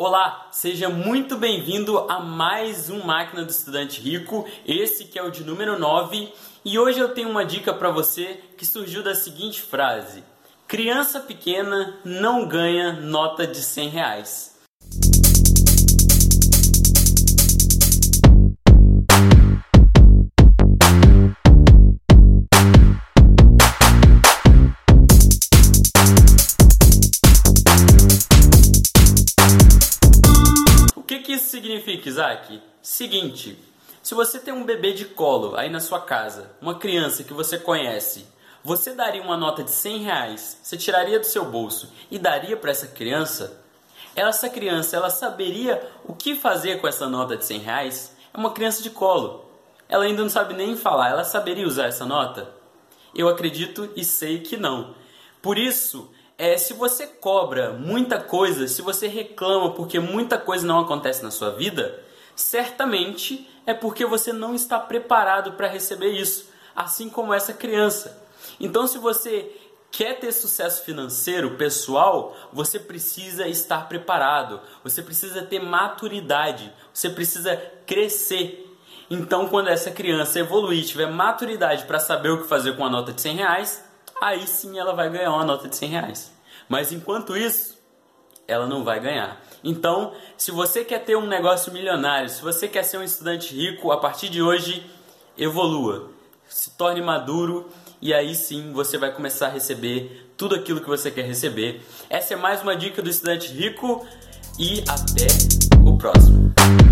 Olá, seja muito bem-vindo a mais um Máquina do Estudante Rico, esse que é o de número 9, e hoje eu tenho uma dica para você que surgiu da seguinte frase: criança pequena não ganha nota de R$100. O que isso significa, Isaac? Seguinte, se você tem um bebê de colo aí na sua casa, uma criança que você conhece, você daria uma nota de R$100, você tiraria do seu bolso e daria para essa criança? Essa criança, ela saberia o que fazer com essa nota de R$100? É uma criança de colo. Ela ainda não sabe nem falar, ela saberia usar essa nota? Eu acredito e sei que não. Por isso, se você cobra muita coisa, se você reclama porque muita coisa não acontece na sua vida, certamente é porque você não está preparado para receber isso, assim como essa criança. Então, se você quer ter sucesso financeiro, pessoal, você precisa estar preparado, você precisa ter maturidade, você precisa crescer. Então, quando essa criança evoluir, tiver maturidade para saber o que fazer com a nota de R$100, aí sim ela vai ganhar uma nota de R$100. Mas enquanto isso, ela não vai ganhar. Então, se você quer ter um negócio milionário, se você quer ser um estudante rico, a partir de hoje, evolua. Se torne maduro e aí sim você vai começar a receber tudo aquilo que você quer receber. Essa é mais uma dica do Estudante Rico e até o próximo.